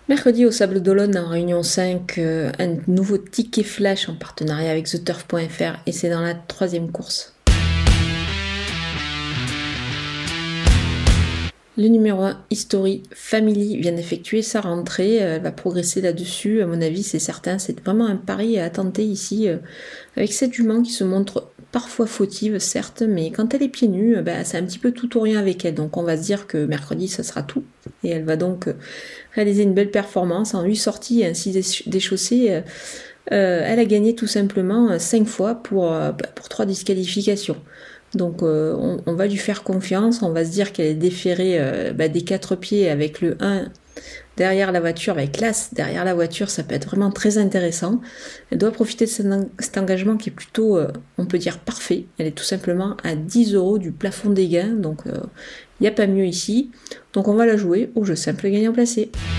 Mercredi au Sable d'Olonne en Réunion 5, un nouveau ticket flash en partenariat avec TheTurf.fr et c'est dans la 3e course. Le numéro 1, History Family, vient d'effectuer sa rentrée. Elle va progresser là-dessus, à mon avis, c'est certain. C'est vraiment un pari à tenter ici, avec cette jument qui se montre parfois fautive, certes, mais quand elle est pieds nus, c'est un petit peu tout ou rien avec elle. Donc on va se dire que mercredi, ça sera tout. Et elle va donc réaliser une belle performance. En 8 sorties et un 6 déchaussées, elle a gagné tout simplement 5 fois pour 3 disqualifications. Donc on va lui faire confiance, on va se dire qu'elle est déférée des 4 pieds avec le 1 derrière la voiture, avec l'as derrière la voiture, ça peut être vraiment très intéressant. Elle doit profiter de cet engagement qui est plutôt, on peut dire, parfait. Elle est tout simplement à 10 € du plafond des gains, donc il n'y a pas mieux ici. Donc on va la jouer au jeu simple gagnant placé.